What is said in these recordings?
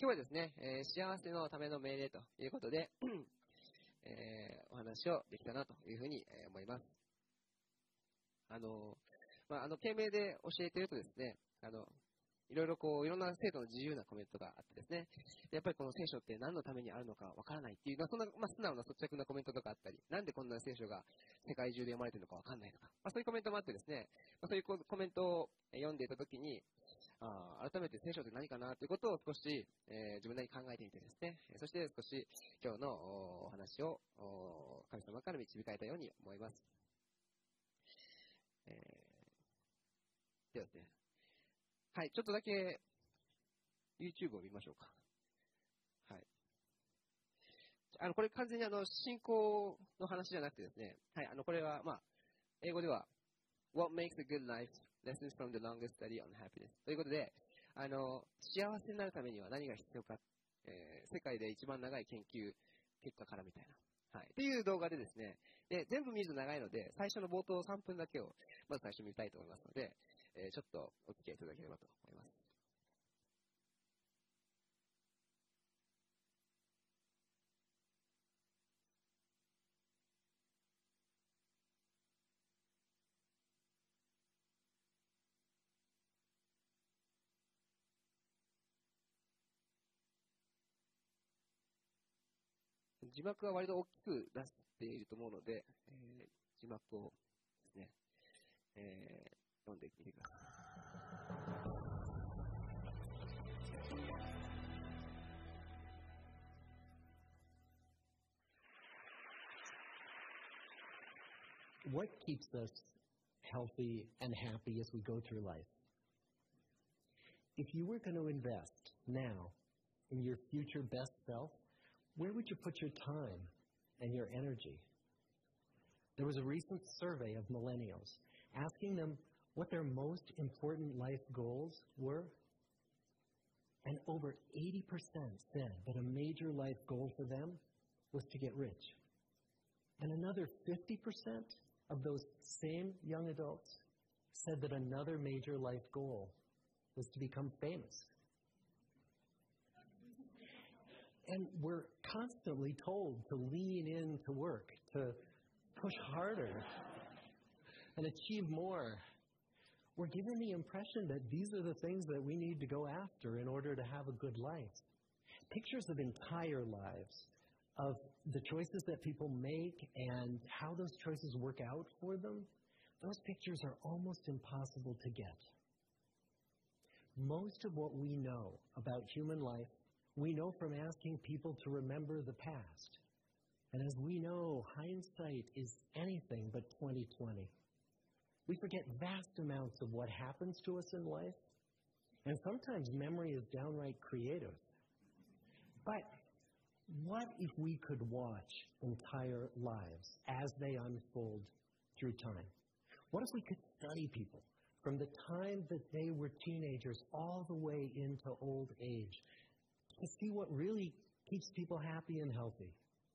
今日はですね、幸せのための命令ということで、お話をできたなというふうに思います。懸命で教えているとですね、いろいろいろんな生徒の自由なコメントがあってですね、やっぱりこの聖書って何のためにあるのかわからないっていう、そんな、素直な率直なコメントとかあったり、なんでこんな聖書が世界中で読まれてるのかわかんないとか、そういうコメントもあってですね、そういうコメントを読んでいたときに、改めて聖書って何かなということを少し、自分なりに考えてみてですね、そして少し今日のお話を神様から導かれたように思います。ではですね、はい、ちょっとだけ YouTube を見ましょうか。はい。これ完全に信仰の話じゃなくてですね、はい、これは、英語では What makes a good life? Lessons from the longest study on happiness ということで、幸せになるためには何が必要か、世界で一番長い研究結果からみたいな。はい。っていう動画でですね、で、全部見ると長いので、最初の冒頭3分だけを、まず最初見たいと思いますので、ちょっとお付き合いいただければと思います。字幕は割と大きく出していると思うので、字幕をですね、読んでみてください。 What keeps us healthy and happy as we go through life? If you were going to invest now in your future best self, where would you put your time and your energy? There was a recent survey of millennials asking them what their most important life goals were. And over 80% said that a major life goal for them was to get rich. And another 50% of those same young adults said that another major life goal was to become famous. And we're constantly told to lean into work, to push harder and achieve more. We're given the impression that these are the things that we need to go after in order to have a good life. Pictures of entire lives, of the choices that people make and how those choices work out for them, those pictures are almost impossible to get. Most of what we know about human life, we know from asking people to remember the past. And as we know, hindsight is anything but 20/20. We forget vast amounts of what happens to us in life, and sometimes memory is downright creative. But what if we could watch entire lives as they unfold through time? What if we could study people from the time that they were teenagers all the way into old age to see what really keeps people happy and healthy?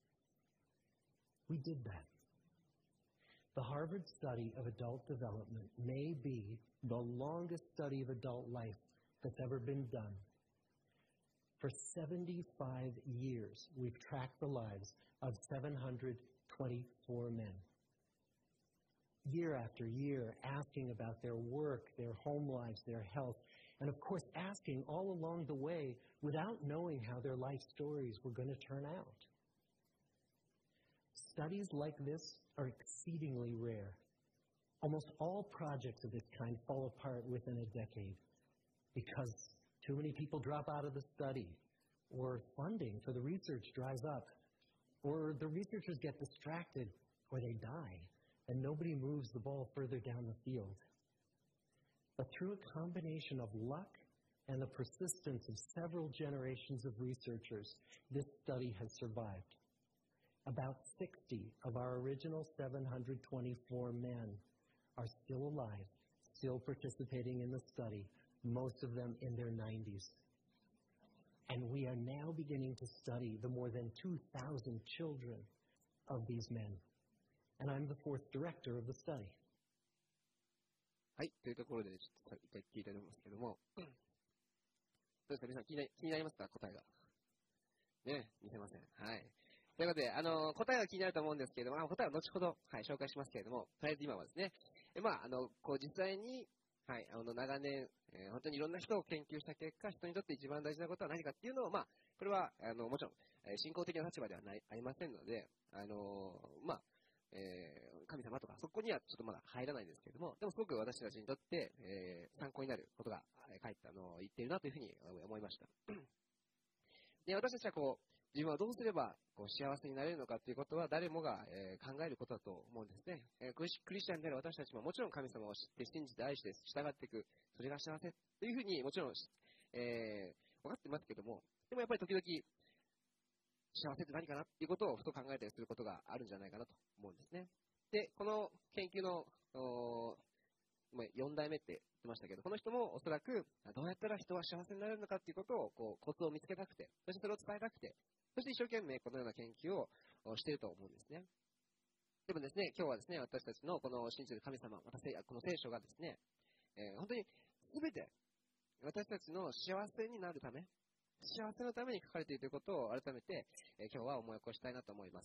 We did that. The Harvard study of adult development may be the longest study of adult life that's ever been done. For 75 years, we've tracked the lives of 724 men. Year after year, asking about their work, their home lives, their health, and of course asking all along the way without knowing how their life stories were going to turn out. Studies like this are exceedingly rare. Almost all projects of this kind fall apart within a decade because too many people drop out of the study, or funding for the research dries up, or the researchers get distracted, or they die, and nobody moves the ball further down the field. But through a combination of luck and the persistence of several generations of researchers, this study has survived. About 60 of our original 724 men are still alive, still participating in the study, most of them in their 90s. And we are now beginning to study the more than 2,000 children of these men. And I'm the fourth director of the study. はい、というところでちょっと一回聞いたと思うんですけども、 どうですか、皆さん気になりますか、答えが。ね、見せません。はい。ということで、答えは気になると思うんですけれども、答えは後ほど、はい、紹介しますけれども、とりあえず今はですね、実際に、はい、長年、本当にいろんな人を研究した結果、人にとって一番大事なことは何かっていうのを、これは、もちろん、信仰的な立場ではありませんので、神様とか、そこにはちょっとまだ入らないんですけれども、でもすごく私たちにとって、参考になることが、言っているなというふうに思いました。で、私たちは自分はどうすれば幸せになれるのかということは誰もが、考えることだと思うんですね。クリスチャンである私たちももちろん神様を知って信じて愛して従っていく、それが幸せというふうにもちろん、分かってますけども、でもやっぱり時々幸せって何かなっていうことをふと考えたりすることがあるんじゃないかなと思うんですね。で、この研究の4代目って言ってましたけど、この人もおそらくどうやったら人は幸せになれるのかっていうことをコツを見つけたくて、そしてそれを伝えたくて、そして一生懸命このような研究をしていると思うんですね。でもですね、今日はですね、私たちのこの信じる神様、この聖書がですね、本当に全て私たちの幸せになるため、幸せのために書かれているということを改めて、今日は思い起こしたいなと思います。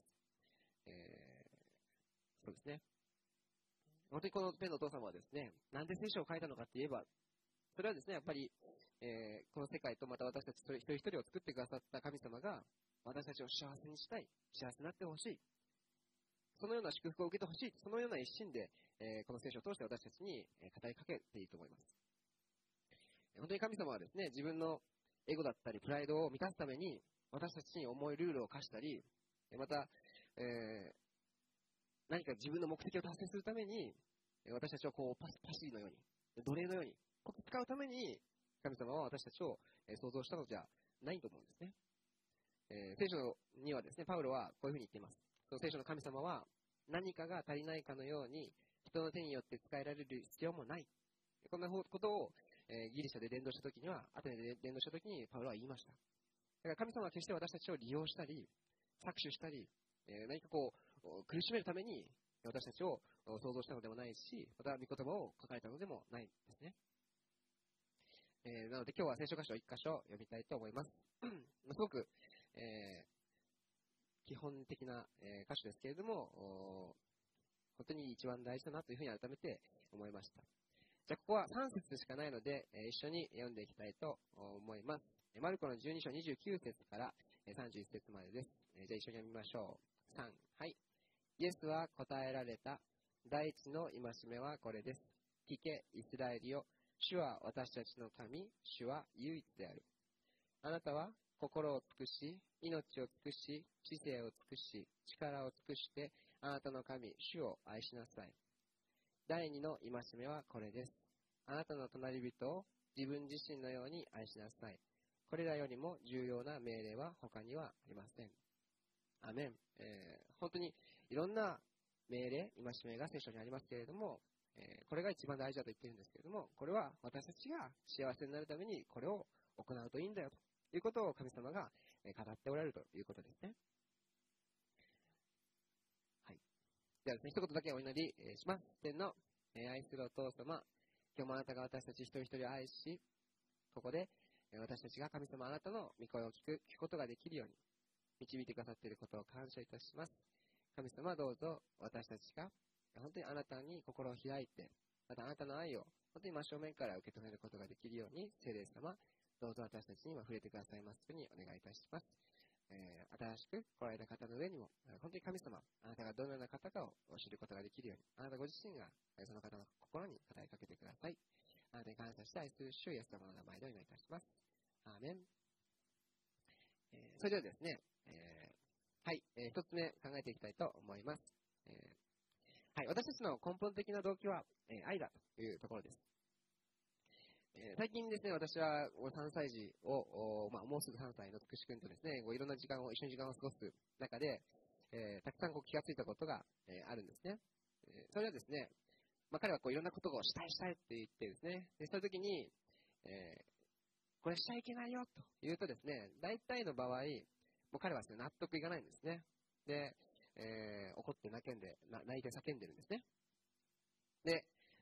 そうですね。本当にこのペンのお父様はですね、なんで聖書を書いたのかって言えば、それはですね、やっぱり、この世界とまた私たち一人一人を作ってくださった神様が、私たちを幸せにしたい、幸せになってほしい、そのような祝福を受けてほしい、そのような一心で、この聖書を通して私たちに語りかけていると思います。本当に神様はですね、自分のエゴだったりプライドを満たすために、私たちに重いルールを課したり、また、何か自分の目的を達成するために、私たちをパシリのように、奴隷のように、使うために、神様は私たちを創造したのじゃないと思うんですね。聖書にはですね、パウロはこういうふうに言っています。その聖書の神様は何かが足りないかのように、人の手によって使えられる必要もない。こんなことをギリシャで伝道したときには、アテネで伝道したときにパウロは言いました。だから神様は決して私たちを利用したり、搾取したり、何か苦しめるために私たちを創造したのでもないし、また御言葉を書かれたのでもないんですね。なので今日は聖書箇所を1箇所読みたいと思います。すごく、基本的な、箇所ですけれども、本当に一番大事だなというふうに改めて思いました。じゃあここは3節しかないので、一緒に読んでいきたいと思います。マルコの12章29節から31節までです。じゃあ一緒に読みましょう。3、はい。イエスは答えられた。第一の戒めはこれです。聞け、イスラエルよ。主は私たちの神、主は唯一である。あなたは心を尽くし、命を尽くし、知性を尽くし、力を尽くして、あなたの神、主を愛しなさい。第二の戒めはこれです。あなたの隣人を自分自身のように愛しなさい。これらよりも重要な命令は他にはありません。アメン。本当にいろんな命令、戒めが聖書にありますけれども、これが一番大事だと言っているんですけれども、これは私たちが幸せになるためにこれを行うといいんだよということを神様が語っておられるということですね。はい。ではですね、一言だけお祈りします。天の愛するお父様、今日もあなたが私たち一人一人を愛し、ここで私たちが神様あなたの御声を聞くことができるように導いてくださっていることを感謝いたします。神様どうぞ私たちが本当にあなたに心を開いて、またあなたの愛を本当に真正面から受け止めることができるように、聖霊様、どうぞ私たちに今触れてくださいますようにお願いいたします。新しく来られた方の上にも、本当に神様、あなたがどのような方かを知ることができるように、あなたご自身がその方の心に語りかけてください。あなたに感謝して愛する主イエス様の名前でお祈りいたします。アーメン。それではですね、はい、一つ目考えていきたいと思います。はい、私たちの根本的な動機は、愛だというところです。最近ですね、私は3歳児を、もうすぐ3歳のつくし君とですね、いろんな一緒に時間を過ごす中で、たくさん気がついたことが、あるんですね。それはですね、彼はいろんなことをしたいって言ってですね、でそういう時に、これしちゃいけないよと言うとですね、大体の場合、もう彼はですね、納得いかないんですね。で、怒って泣いて叫んでるんですね。で、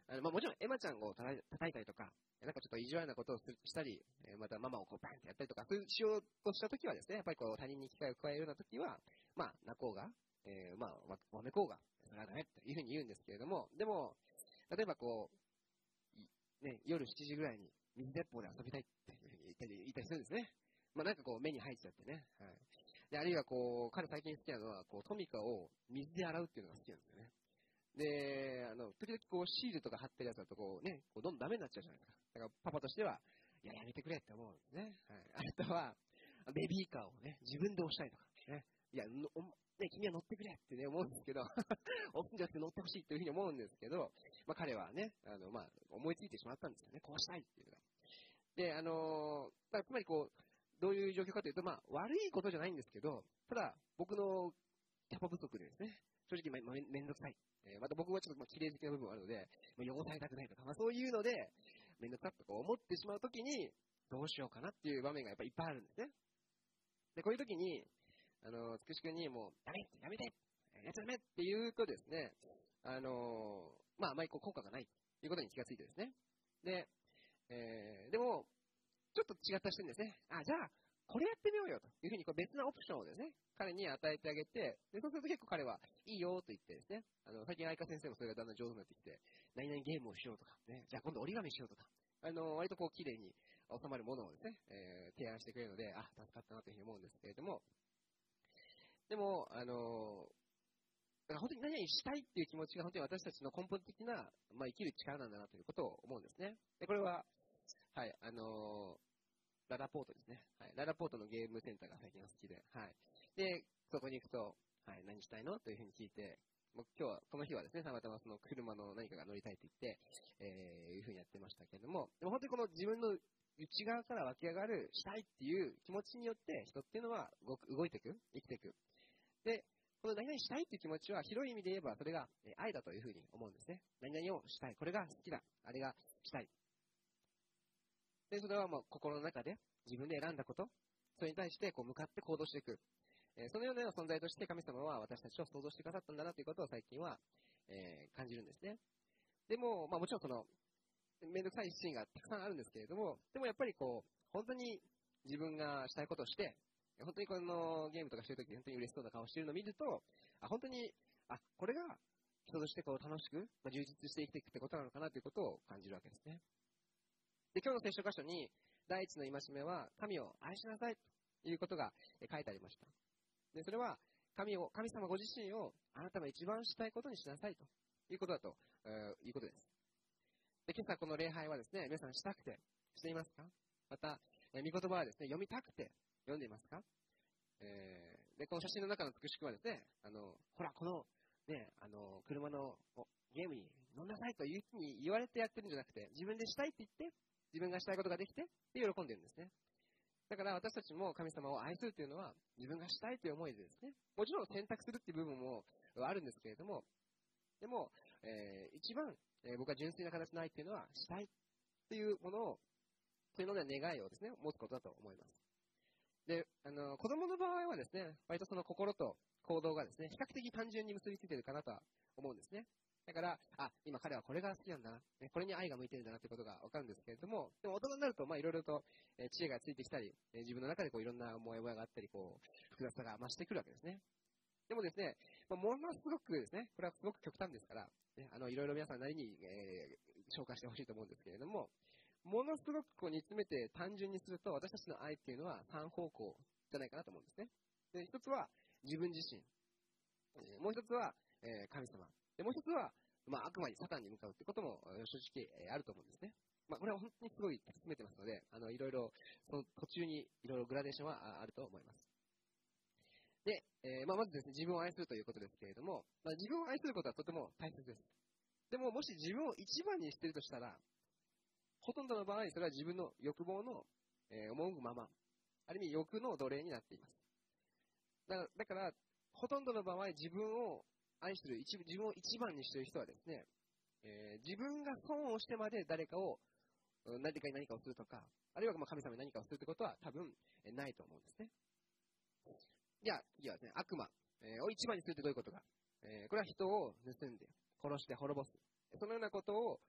もちろんエマちゃんを叩いたりとか、なんかちょっと意地悪なことをしたり、またママをこうバンってやったりとか、そういうしようとしたときはですね、やっぱりこう他人に機会を加えるようなときは、泣こうが、わめこうが、それはダメっていうふうに言うんですけれども、でも、例えばこう、夜7時ぐらいに水鉄砲で遊びたいっていうふうに言ったりするんですね。なんかこう目に入っちゃってね。はい。で、あるいはこう、彼最近好きなのは、こう、トミカを水で洗うっていうのが好きなんですよね。で、時々こう、シールとか貼ってるやつだとこうね、こうどんどんダメになっちゃうじゃないですか。だからパパとしては、いや、やめてくれって思うんですね。はい。あとは、ベビーカーをね、自分で押したいとかね。いや、君は乗ってくれってね、思うんですけど、押すんじゃなくて乗ってほしいというふうに思うんですけど、彼はね、思いついてしまったんですよね。こうしたいっていうのが。で、つまりこう、どういう状況かというと、悪いことじゃないんですけど、ただ、僕のキャパ不足でですね、正直めんどくさい。また僕はちょっと綺麗好きな部分があるので、汚されたくないとか、そういうので、めんどくさいとか思ってしまうときに、どうしようかなっていう場面がやっぱりいっぱいあるんですね。で、こういうときに、つくしくんにもう、ダメやめてやっちゃダメって言うとですね、あまりこう効果がないということに気がついてですね。で、でも、ちょっと違った視点ですね。じゃあ、これやってみようよというふうにこう別なオプションをですね、彼に与えてあげて、でそうすると結構彼はいいよと言ってですね、最近愛花先生もそれがだんだん上手になってきて、何々ゲームをしようとか、ね、じゃあ今度折り紙しようとか、割とこう綺麗に収まるものをですね、提案してくれるので、助かったなというふうに思うんですけれども、でも、だから本当に何々したいっていう気持ちが本当に私たちの根本的な、生きる力なんだなということを思うんですね。で、これは、はい、ララポートですね。はい。ララポートのゲームセンターが最近は好きで、はい。で、そこに行くと、はい、何したいのというふうに聞いて、この日はですね、たまたまその車の何かが乗りたいと言って、いうふうにやってましたけれども、でも本当にこの自分の内側から湧き上がるしたいっていう気持ちによって人っていうのは動いていく、生きていく。で、この何々したいっていう気持ちは広い意味で言えばそれが愛だというふうに思うんですね。何々をしたい。これが好きだ。あれがしたい。で、それはもう心の中で自分で選んだこと、それに対してこう向かって行動していく。そのような存在として神様は私たちを創造してくださったんだなということを最近は、感じるんですね。でも、もちろんその、めんどくさいシーンがたくさんあるんですけれども、でもやっぱりこう、本当に自分がしたいことをして、本当にこのゲームとかしてるときに本当に嬉しそうな顔してるのを見ると、本当に、これが人としてこう楽しく、充実して生きていくってことなのかなということを感じるわけですね。で、今日の聖書箇所に、第一の戒めは、神を愛しなさいということが書いてありました。で、それは、神様ご自身をあなたの一番したいことにしなさいということだと、いうことです。で、今朝この礼拝はですね、皆さんしたくてしていますか？また、御言葉はですね、読みたくて読んでいますか？で、この写真の中のつくしくんはですね、ほら、この、ね、車のゲームに乗んなさいというふうに言われてやってるんじゃなくて、自分でしたいって言って、自分がしたいことができて、で喜んでるんですね。だから私たちも神様を愛するというのは、自分がしたいという思いでですね、もちろん選択するっていう部分もあるんですけれども、でも、一番、僕は純粋な形の愛っていうのは、したいっていうものを、そういうので願いをですね、持つことだと思います。で、子供の場合はですね、割とその心と行動がですね、比較的単純に結びついているかなとは思うんですね。だから、今彼はこれが好きなんだな、これに愛が向いてるんだなということがわかるんですけれども、でも大人になると、いろいろと知恵がついてきたり、自分の中でこういろんなモヤモヤがあったり、こう、複雑さが増してくるわけですね。でもですね、ものすごくですね、これはすごく極端ですから、ね、いろいろ皆さんなりに、紹介してほしいと思うんですけれども、ものすごくこう煮詰めて単純にすると、私たちの愛っていうのは3方向じゃないかなと思うんですね。で、一つは自分自身。もう一つは、神様。で、もう一つは、悪魔にサタンに向かうってことも正直、あると思うんですね。これは本当にすごい突き詰めてますので、いろいろ、その途中にいろいろグラデーションはあると思います。で、まずですね、自分を愛するということですけれども、自分を愛することはとても大切です。でも、もし自分を一番にしているとしたら、ほとんどの場合、それは自分の欲望の、赴くまま、ある意味欲の奴隷になっています。だから、ほとんどの場合、自分を愛している、自分を一番にしている人はですね、自分が損をしてまで誰かに何かをするとか、あるいは神様に何かをするということは多分ないと思うんですね。じゃあ、次はですね、悪魔を一番にするってどういうことか。これは人を盗んで、殺して滅ぼす。そのようなことを、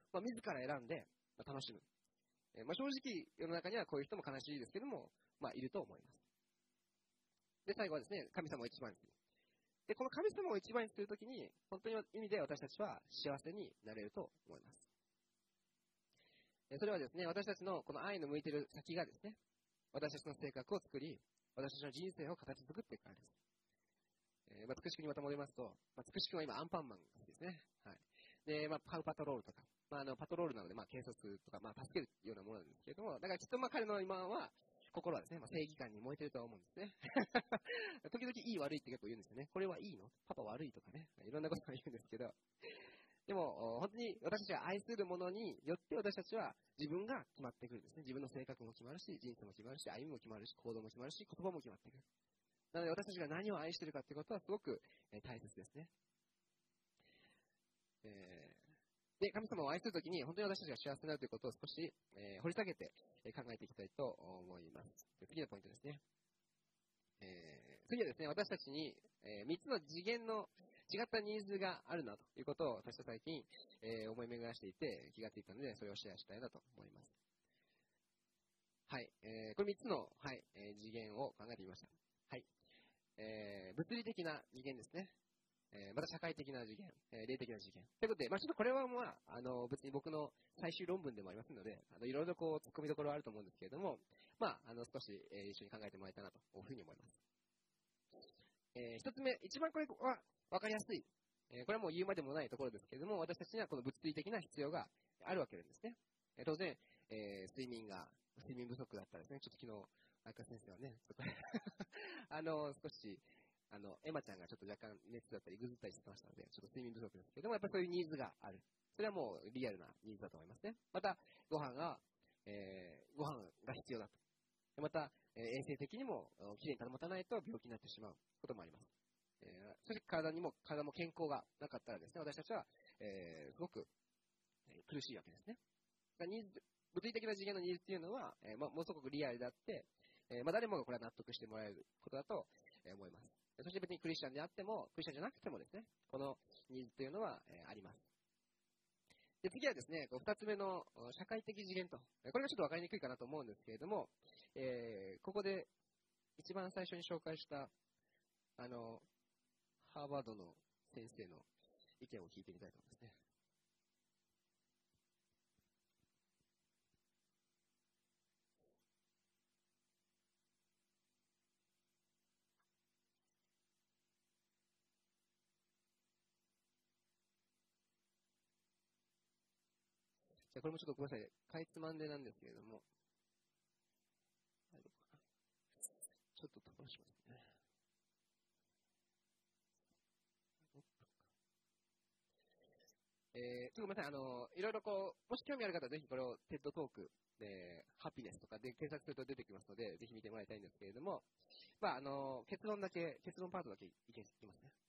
から選んで、楽しむ。正直、世の中にはこういう人も悲しいですけども、いると思います。で、最後はですね、神様を一番にする。で、この神様を一番にするときに、本当に意味で私たちは幸せになれると思います。それはですね、私たちのこの愛の向いている先がですね、私たちの性格を作り、私たちの人生を形作っていくからです。つくしくにまた戻りますと、つくしくんは今アンパンマンですね。はい。で、パウパトロールとか、パトロールなので、軽率とか、助けるようなものなんですけれども、だからきっと彼の今は、心はですね、正義感に燃えてるとは思うんですね。時々いい悪いって結構言うんですよね。これはいいの？パパ悪いとかね。いろんなことを言うんですけど。でも、本当に私たちが愛するものによって私たちは自分が決まってくるんですね。自分の性格も決まるし、人生も決まるし、歩みも決まるし、行動も決まるし、言葉も決まってくる。なので私たちが何を愛しているかということはすごく大切ですね。で、神様を愛するときに本当に私たちが幸せになるということを少し掘り下げて考えていきたいと思います。次のポイントですね。次はですね、私たちに3つの次元の違ったニーズがあるなということを私は最近思い巡らしていて気がついたので、それをシェアしたいなと思います。はい。これ3つの、次元を考えてみました。はい。物理的な次元ですね。また社会的な次元、霊的な次元。ということで、ちょっとこれは別に僕の最終論文でもありますので、いろいろ突っ込みどころはあると思うんですけれども、少し一緒に考えてもらえたらなというふうに思います。一つ目、一番これは分かりやすい。これはもう言うまでもないところですけれども、私たちにはこの物理的な必要があるわけなんですね。当然、睡眠不足だったらですね、ちょっと昨日、相川先生はね、少し、エマちゃんがちょっと若干熱だったりぐずったりしてましたので、ちょっと睡眠不足ですけども、やっぱりそういうニーズがある。それはもうリアルなニーズだと思いますね。また、ご飯が必要だと。また、衛生的にもきれいに保たないと病気になってしまうこともあります。そして体も健康がなかったらですね、私たちは、すごく苦しいわけですね。物理的な次元のニーズっていうのは、ものすごくリアルであって、誰もがこれは納得してもらえることだと思います。そして別にクリスチャンであっても、クリスチャンじゃなくてもですね、このニーズというのは、あります。で、次はですね、2つ目の社会的次元と。これがちょっと分かりにくいかなと思うんですけれども、ここで一番最初に紹介した、ハーバードの先生の意見を聞いてみたいと思いますね。じゃあこれもちょっとごめんなさい。かいつまんでなんですけれども。ちょっと飛ばしますね。ちょっとごめんなさい。いろいろもし興味ある方はぜひこれをテッドトークで、ハピネスとかで検索すると出てきますので、ぜひ見てもらいたいんですけれども、結論パートだけいきますね。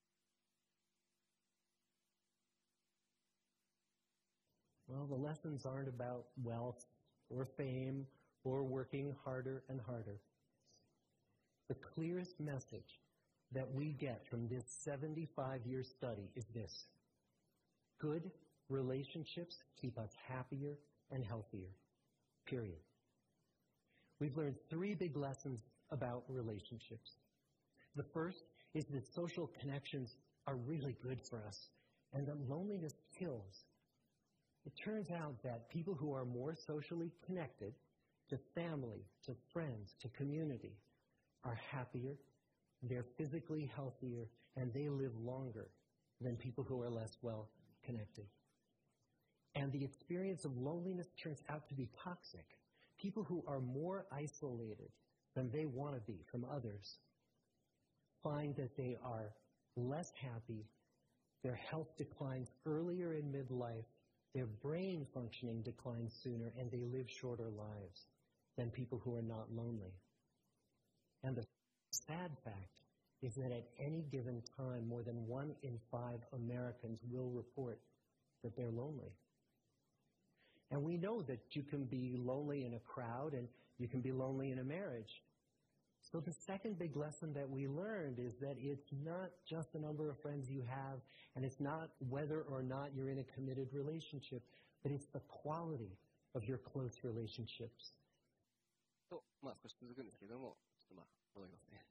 Well, the lessons aren't about wealth or fame or working harder and harder. The clearest message that we get from this 75-year study is this. Good relationships keep us happier and healthier, period. We've learned 3 big lessons about relationships. The first is that social connections are really good for us, and that loneliness kills. It turns out that people who are more socially connected to family, to friends, to community are happier, they're physically healthier, and they live longer than people who are less well connected. And the experience of loneliness turns out to be toxic. People who are more isolated than they want to be from others find that they are less happy, their health declines earlier in midlife, their brain functioning declines sooner, and they live shorter lives than people who are not lonely. And the sad fact is that at any given time, more than 1 in 5 Americans will report that they're lonely. And we know that you can be lonely in a crowd and you can be lonely in a marriage. So the second big lesson that we learned is that it's not just the number of friends you have, and it's not whether or not you're in a committed relationship, but it's the quality of your close relationships. と、少し続くんですけれども、ちょっと戻りますね。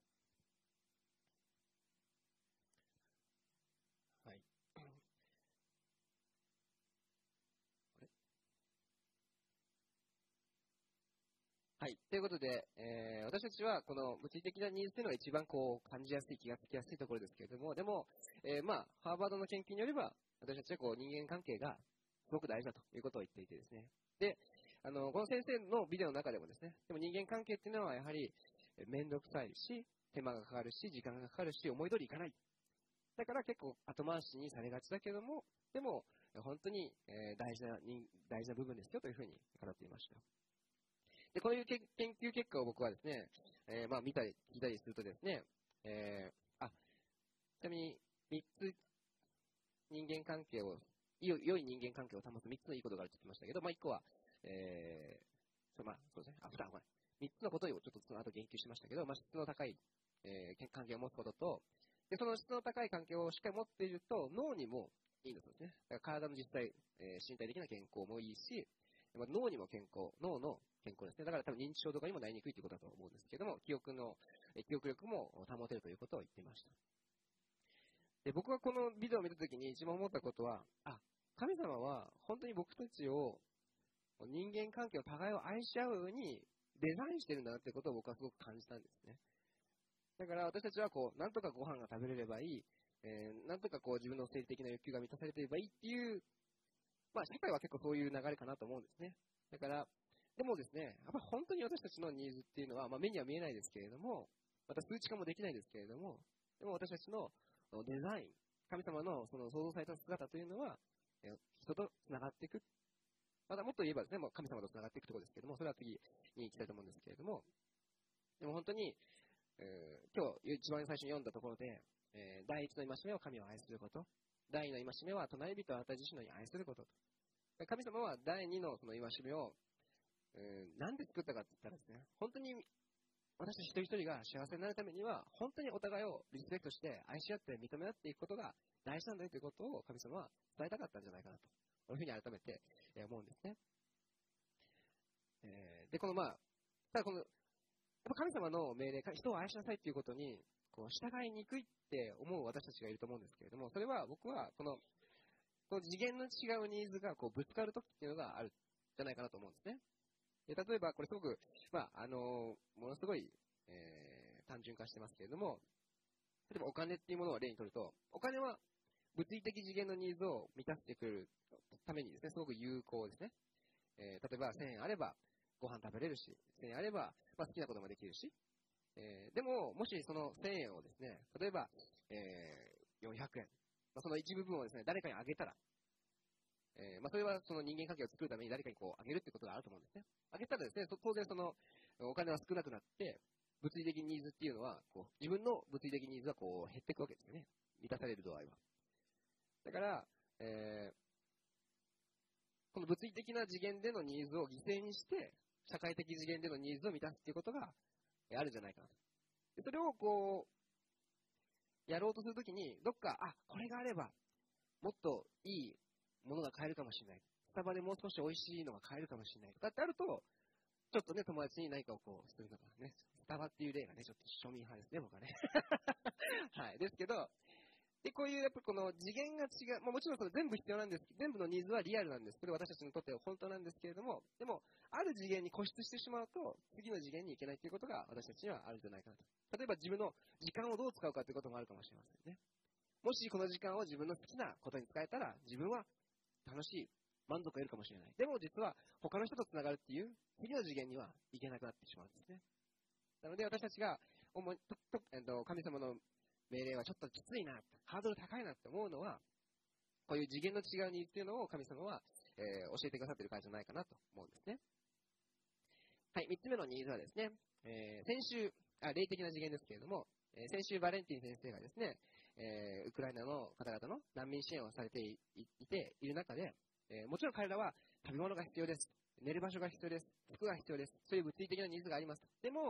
はい。はい。ということで、私たちはこの物理的なニーズというのが一番感じやすい、気がつきやすいところですけれども、でも、ハーバードの研究によれば、私たちは人間関係がすごく大事だということを言っていてですね。で、この先生のビデオの中でもですね、でも人間関係っていうのはやはりめんどくさいし、手間がかかるし、時間がかかるし、思い通りいかない。だから結構後回しにされがちだけども、でも本当に大事な部分ですよというふうに語っていました。で、こういう研究結果を僕はですね、見たり聞いたりするとですね、ちなみに3つ人間関係を、良い人間関係を保つ3つのいいことがあると言ってましたけど、1個は、そうですね、3つのことをちょっとその後言及しましたけど、質の高い、関係を持つことと、で、その質の高い関係をしっかり持っていると、脳にもいいんだそうですね。だから体の実際、身体的な健康もいいし、脳にも健康、脳の健康ですね。だから多分認知症とかにもなりにくいということだと思うんですけども、記憶力も保てるということを言っていました。で、僕がこのビデオを見たときに一番思ったことは、神様は本当に僕たちを人間関係を互いを愛し合うようにデザインしてるんだなってことを僕はすごく感じたんですね。だから私たちはなんとかご飯が食べれればいい、なんとか自分の生理的な欲求が満たされていればいいっていう、社会は結構そういう流れかなと思うんですね。だから、でもですね、やっぱり本当に私たちのニーズっていうのは、目には見えないですけれども、また数値化もできないですけれども、でも私たちのデザイン、神様のその創造された姿というのは、人とつながっていく。またもっと言えばですね、神様とつながっていくところですけれども、それは次に行きたいと思うんですけれども、でも本当に、今日一番最初に読んだところで、第一の戒めは神を愛すること。第二の戒めは隣人をあなた自身のように愛することと。神様は第二のその戒めを、なんで作ったかって言ったらですね、本当に私たち一人一人が幸せになるためには、本当にお互いをリスペクトして愛し合って認め合っていくことが大事なんだよということを神様は伝えたかったんじゃないかなと、こういうふうに改めて思うんですね。で、ただ神様の命令、人を愛しなさいということに、従いにくいって思う私たちがいると思うんですけれども、それは僕はこの次元の違うニーズがぶつかるときっていうのがあるんじゃないかなと思うんですね。例えば、これすごく、ものすごい、単純化してますけれども、例えばお金っていうものを例にとると、お金は物理的次元のニーズを満たしてくるためにですね、すごく有効ですね。例えば1000円あればご飯食べれるし、1000円あれば、好きなこともできるし、でも、もしその1000円をですね、例えば、400円、その一部分をですね、誰かにあげたら、それはその人間関係を作るために誰かにあげるってことがあると思うんですね。あげたらですね、当然そのお金は少なくなって、物理的ニーズっていうのは、自分の物理的ニーズは減っていくわけですよね。満たされる度合いは。だから、この物理的な次元でのニーズを犠牲にして、社会的次元でのニーズを満たすっていうことがあるんじゃないかなと。でそれをやろうとするときに、どっか、これがあれば、もっといいものが買えるかもしれない。スタバでもう少し美味しいのが買えるかもしれないとかってあると、ちょっとね、友達に何かをするのがね、スタバっていう例がね、ちょっと庶民派ですね、僕はね。はい。ですけど、で、こういうやっぱこの次元が違う、もちろんそれ全部必要なんです。全部のニーズはリアルなんです。これ私たちにとっては本当なんですけれども、でも、ある次元に固執してしまうと、次の次元に行けないということが私たちにはあるんじゃないかなと。例えば自分の時間をどう使うかということもあるかもしれませんね。もしこの時間を自分の好きなことに使えたら、自分は楽しい、満足が得るかもしれない。でも実は他の人とつながるっていう次の次元には行けなくなってしまうんですね。なので私たちが神様の命令はちょっときついな、ハードル高いなって思うのは、こういう次元の違うニーズっていうのを神様は、教えてくださっているからじゃないかなと思うんですね。はい、3つ目のニーズはですね、先週、霊的な次元ですけれども、先週バレンティン先生がですね、ウクライナの方々の難民支援をされている中で、もちろん彼らは食べ物が必要です。寝る場所が必要です。服が必要です。そういう物理的なニーズがあります。でも、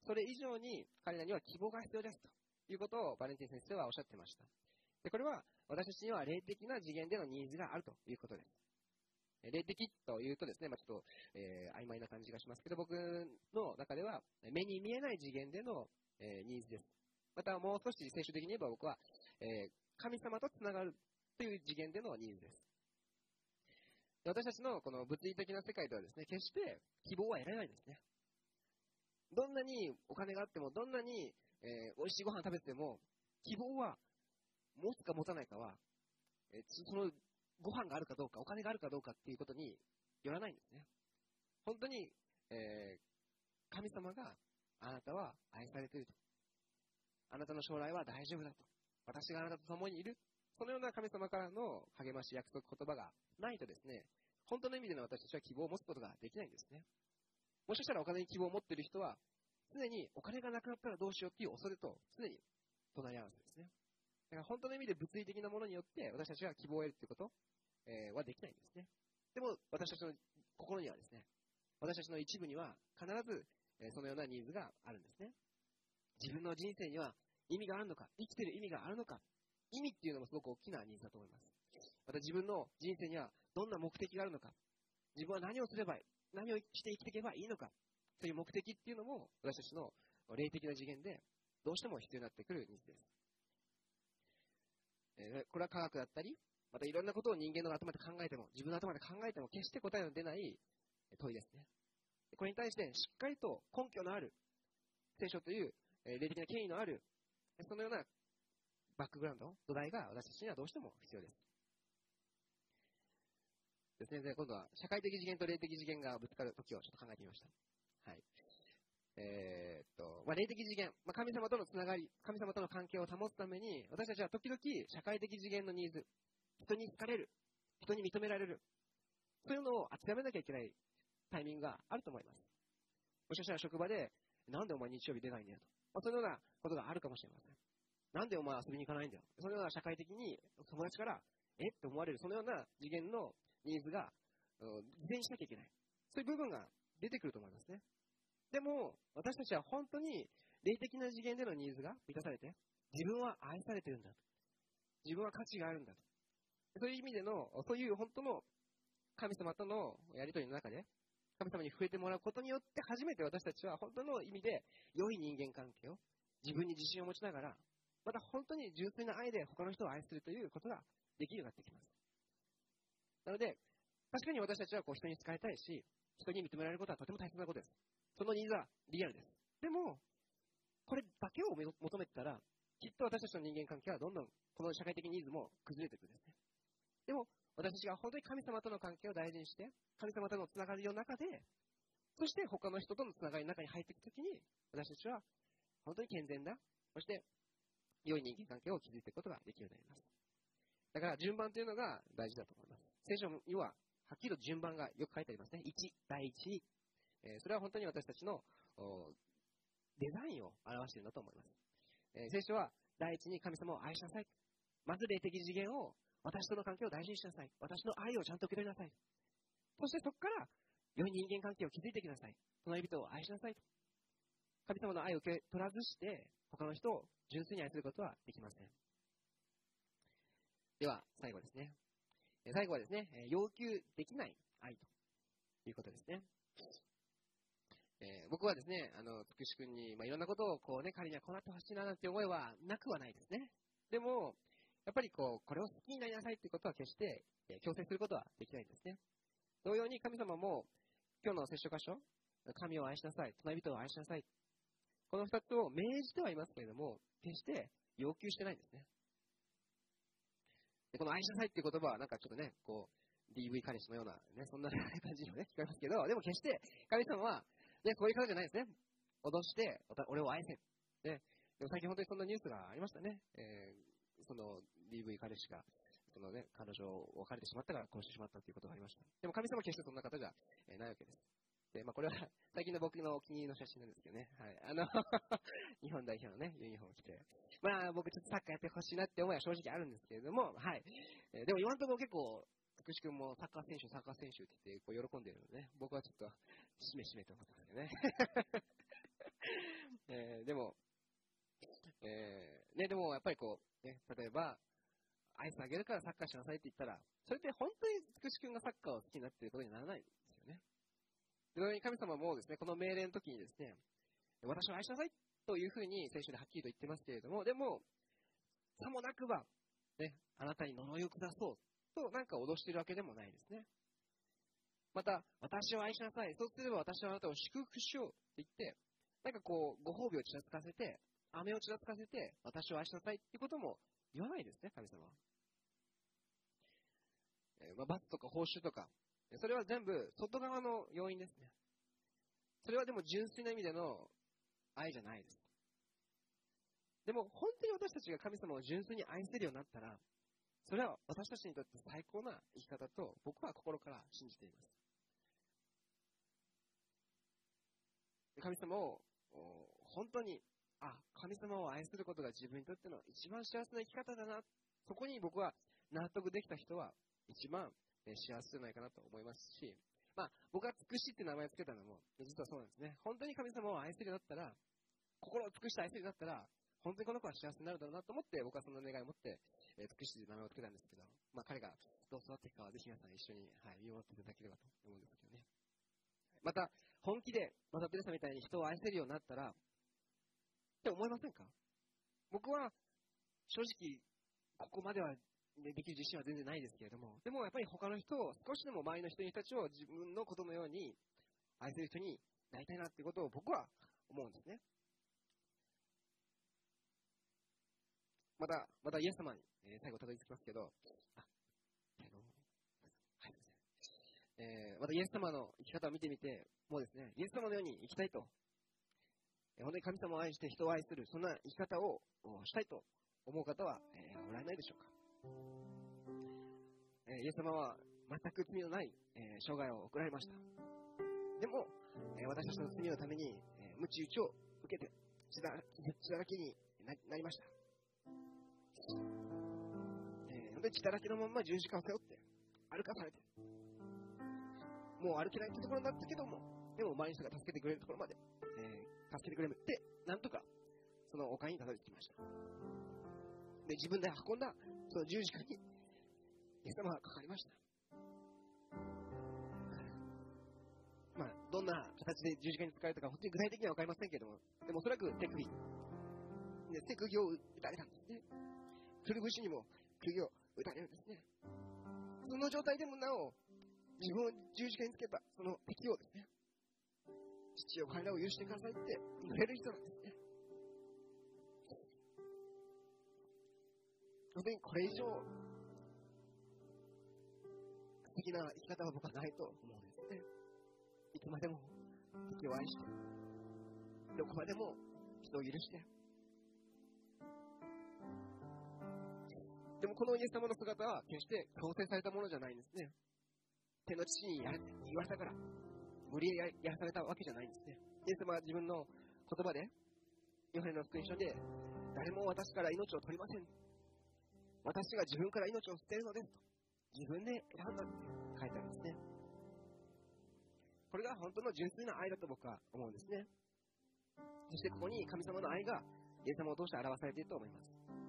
それ以上に彼らには希望が必要ですということをバレンティン先生はおっしゃってました。で、これは私たちには霊的な次元でのニーズがあるということです。霊的というとですね、ちょっと、曖昧な感じがしますけど、僕の中では目に見えない次元での、ニーズです。またもう少し聖書的に言えば僕は、神様とつながるという次元でのニーズです。私たちのこの物理的な世界ではですね、決して希望は得られないんですね。どんなにお金があっても、どんなに、美味しいご飯食べても、希望は持つか持たないかは、そのご飯があるかどうか、お金があるかどうかっていうことによらないんですね。本当に、神様があなたは愛されていると。あなたの将来は大丈夫だと。私があなたと共にいる。そのような神様からの励まし、約束、言葉がないとですね、本当の意味での私たちは希望を持つことができないんですね。もしかしたらお金に希望を持っている人は、常にお金がなくなったらどうしようっていう恐れと常に隣り合わせですね。だから本当の意味で物理的なものによって私たちが希望を得るということ、はできないんですね。でも私たちの心にはですね、私たちの一部には必ず、そのようなニーズがあるんですね。自分の人生には意味があるのか、生きている意味があるのか、意味っていうのもすごく大きなニーズだと思います。また自分の人生にはどんな目的があるのか、自分は何をすれば、何をして生きていけばいいのか、そういう目的っていうのも私たちの霊的な次元でどうしても必要になってくるニーズです。これは科学だったり、またいろんなことを人間の頭で考えても、自分の頭で考えても決して答えの出ない問いですね。これに対してしっかりと根拠のある聖書という霊的な権威のあるそのようなバックグラウンド、土台が私たちにはどうしても必要です。ですね、で今度は社会的次元と霊的次元がぶつかるときをちょっと考えてみました。はい。霊的次元、神様とのつながり、神様との関係を保つために、私たちは時々社会的次元のニーズ、人に好かれる、人に認められる、そういうのを諦めなきゃいけないタイミングがあると思います。もしかしたら職場で、なんでお前日曜日出ないんだよと。そういうようなことがあるかもしれません。なんでお前遊びに行かないんだよ。そのような社会的に友達から、って思われる、そのような次元のニーズが、事前にしなきゃいけない。そういう部分が出てくると思いますね。でも、私たちは本当に霊的な次元でのニーズが満たされて、自分は愛されてるんだと。自分は価値があるんだと。そういう意味での、そういう本当の神様とのやりとりの中で、神様に触れてもらうことによって初めて私たちは本当の意味で良い人間関係を自分に自信を持ちながら、また本当に純粋な愛で他の人を愛するということができるようになってきます。なので、確かに私たちは人に仕えたいし、人に認められることはとても大切なことです。そのニーズはリアルです。でも、これだけを求めてたら、きっと私たちの人間関係はどんどんこの社会的ニーズも崩れていくんですね。でも、私たちが本当に神様との関係を大事にして、神様とのつながりの中で、そして他の人とのつながりの中に入っていくときに、私たちは本当に健全な、そして良い人間関係を築いていくことができるようになります。だから順番というのが大事だと思います。聖書にははっきりと順番がよく書いてありますね。1、第一に。それは本当に私たちのデザインを表しているんだと思います。聖書は第一に神様を愛しなさい。まず霊的次元を私との関係を大事にしなさい。私の愛をちゃんと受け取りなさい。そしてそこから良い人間関係を築いていきなさい。隣人を愛しなさいと。神様の愛を受け取らずして他の人を純粋に愛することはできません。では最後ですね。最後はですね、要求できない愛ということですね。僕はですね、つくし君に、いろんなことを彼にはこうなってほしいななんて思いはなくはないですね。でも、やっぱりこれを好きになりなさいということは決して強制することはできないんですね。同様に神様も今日の聖書箇所、神を愛しなさい、隣人を愛しなさい。この二つを命じてはいますけれども、決して要求してないんですね。でこの愛しなさいっていう言葉はなんかちょっとね、DV 彼氏のようなね、そんな感じにもね、聞こえますけど、でも決して神様はね、そういう方じゃないですね。脅して、俺を愛せ。ね、でも最近本当にそんなニュースがありましたね。その DV 彼氏が、彼女を別れてしまったから殺してしまったということがありました。でも神様は決してそんな方じゃないわけです。で、これは最近の僕のお気に入りの写真なんですけどね。はい。日本代表のね、ユニフォームを着て。僕ちょっとサッカーやってほしいなって思いは正直あるんですけれども、はい。でも今のところ結構、福士君もサッカー選手って言って喜んでるのでね、僕はちょっとしめしめと思ってますよね。 でも、でもやっぱりこう、例えば、アイスあげるからサッカーしなさいって言ったら、それって本当につくし君がサッカーを好きになっていることにならないんですよね。同様に神様もですね、この命令の時にですね、私を愛しなさいというふうに聖書ではっきりと言ってますけれども、でも、さもなくば、あなたに呪いを下そうとなんか脅しているわけでもないですね。また、私を愛しなさい。そうすれば私はあなたを祝福しようと言って、なんかこう、ご褒美をちらつかせて、飴をちらつかせて、私を愛しなさいっていうことも言わないですね、神様は。罰とか報酬とか、それは全部外側の要因ですね。それはでも純粋な意味での愛じゃないです。でも本当に私たちが神様を純粋に愛せるようになったら、それは私たちにとって最高な生き方と僕は心から信じています。神様を本当に、神様を愛することが自分にとっての一番幸せな生き方だな、そこに僕は納得できた人は一番幸せじゃないかなと思いますし、僕がつくしって名前をつけたのも実はそうなんですね。本当に神様を愛せるようになったら、心を尽くして愛せるようになったら、本当にこの子は幸せになるだろうなと思って、僕はその願いを持って、つくしって名前をつけたんですけど、彼がどう育っていくかはぜひ皆さん一緒に、見守っていただければと思うんですけどね。また、本気で、テレサみたいに人を愛せるようになったら、って思いませんか？僕は、正直、ここまでは、できる自信は全然ないですけれども、でもやっぱり他の人を、少しでも周りの人たちを自分のことのように愛せる人になりたいなっていうことを僕は思うんですね。またイエス様に、最後たどり着きますけど、またイエス様の生き方を見てみて、もうですね、イエス様のように生きたいと、本当に神様を愛して人を愛する、そんな生き方をしたいと思う方は、おられないでしょうか。イエス様は全く罪のない、生涯を送られました。でも、私たちの罪のために、鞭打ちを受けて血だらけになりました。本当に血だらけのまま十字架を背負って歩かされて、もう歩けないってところになったけども、でも周りの人が助けてくれるところまで、助けてくれて、なんとかその丘にたどり着きました。で、自分で運んだその十字架にイエス様がかかりました。どんな形で十字架に使われたか本当に具体的には分かりませんけれども、でもおそらく手首を打たれたんですね。くるぶしにも釘を打たれるんですね。その状態でもなお自分を十字架につけたその敵をですね、父よ彼らを許してくださいって言える人なんですね。本当にこれ以上素敵な生き方は僕はないと思うんですね。いつまでも敵を愛して、どこまでも人を許して、でもこのイエス様の姿は決して強制されたものじゃないんですね。天の父にやれって言われたから無理やりやらされたわけじゃないんですね。イエス様は自分の言葉で、ヨハネの福音書で、誰も私から命を取りません、私が自分から命を捨てるのですと自分で選んだって書いてあるんですね。これが本当の純粋な愛だと僕は思うんですね。そしてここに神様の愛がイエス様を通して表されていると思います。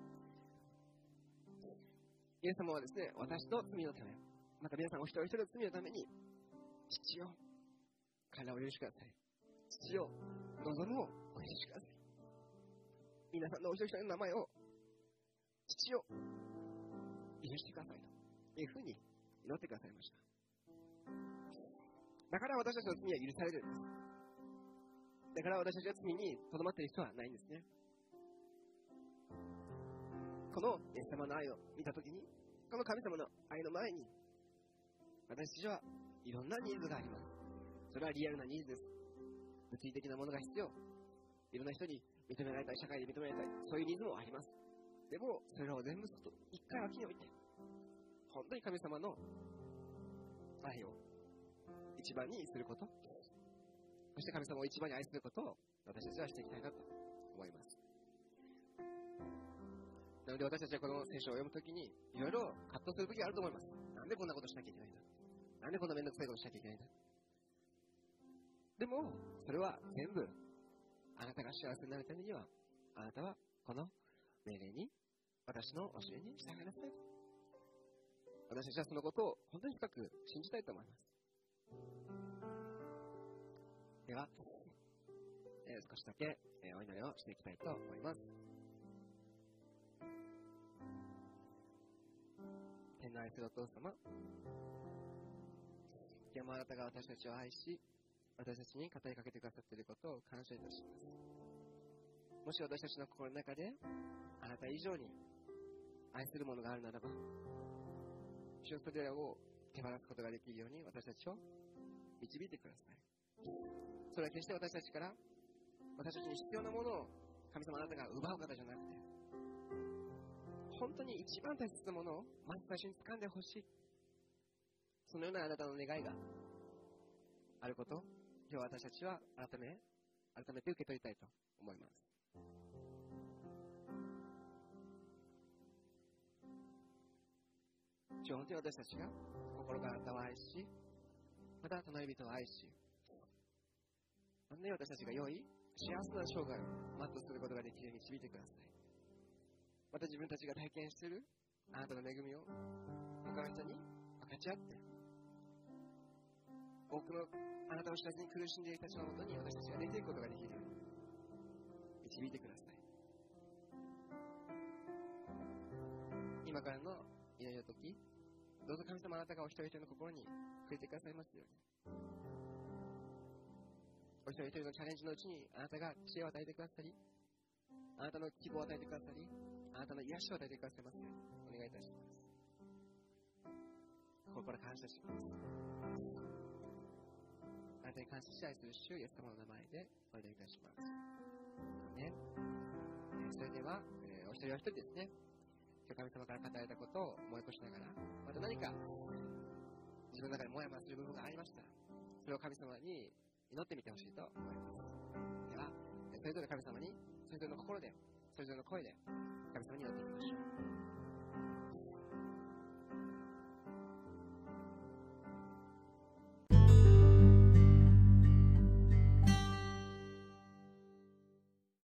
イエス様はですね、私の罪のため、また皆さんお一人お一人の罪のために、父よ彼らを許してください、父よ望むをお許しください、皆さんのお一人一人の名前を父よ許してくださいというふうに祈ってくださいました。だから私たちの罪は許されるんです。だから私たちは罪にとどまっている人はないんですね。このイエス様の愛を見たときに、この神様の愛の前に私たちはいろんなニーズがあります。それはリアルなニーズです。物理的なものが必要、いろんな人に認められたい、社会で認められたい、そういうニーズもあります。でもそれらを全部一回脇に置いて、本当に神様の愛を一番にすること、そして神様を一番に愛することを私たちはしていきたいなと思います。なので私たちはこの聖書を読むときにいろいろ葛藤するときがあると思います。なんでこんなことしなきゃいけないんだ、なんでこんなめんどくさいことしなきゃいけないんだ。でもそれは全部あなたが幸せになるためには、あなたはこの命令に、私の教えに従いなさい。私たちはそのことを本当に深く信じたいと思います。では、少しだけお祈りをしていきたいと思います。天の愛するお父様、今日もあなたが私たちを愛し、私たちに語りかけてくださっていることを感謝いたします。もし私たちの心の中であなた以上に愛するものがあるならば、主よ、それらを手放すことができるように私たちを導いてください。それは決して私たちから私たちに必要なものを神様あなたが奪う方じゃなくて、本当に一番大切なものをまず最初に掴んでほしい、そのようなあなたの願いがあることを今日私たちは改めて受け取りたいと思います。主よ、本当に私たちが心からあなたを愛し、また隣人を愛し、本当に私たちが良い幸せな生涯を全うすることができるように導いてください。また自分たちが体験しているあなたの恵みを他の人に分かち合って、多くのあなたを知らずに苦しんでいる人たちのもとに私たちが出ていくことができるように導いてください。今からの祈りの時、どうぞ神様あなたがお一人一人の心に触れてくださいますように。お一人一人のチャレンジのうちにあなたが知恵を与えてくださり、あなたの希望を与えてくださり、あなたの癒しを与えてくださいますようにお願いいたします。心から感謝します。あなたに感謝し愛する主イエス様の名前でお祈りいたします。それでは、お一人お一人ですね、今日神様から語られたことを思い起こしながら、また何か自分の中でもやもやする部分がありましたら、それを神様に祈ってみてほしいと思います。では、それぞれ神様にそれぞれの心で、それぞれの声で神様に祈っていきましょう。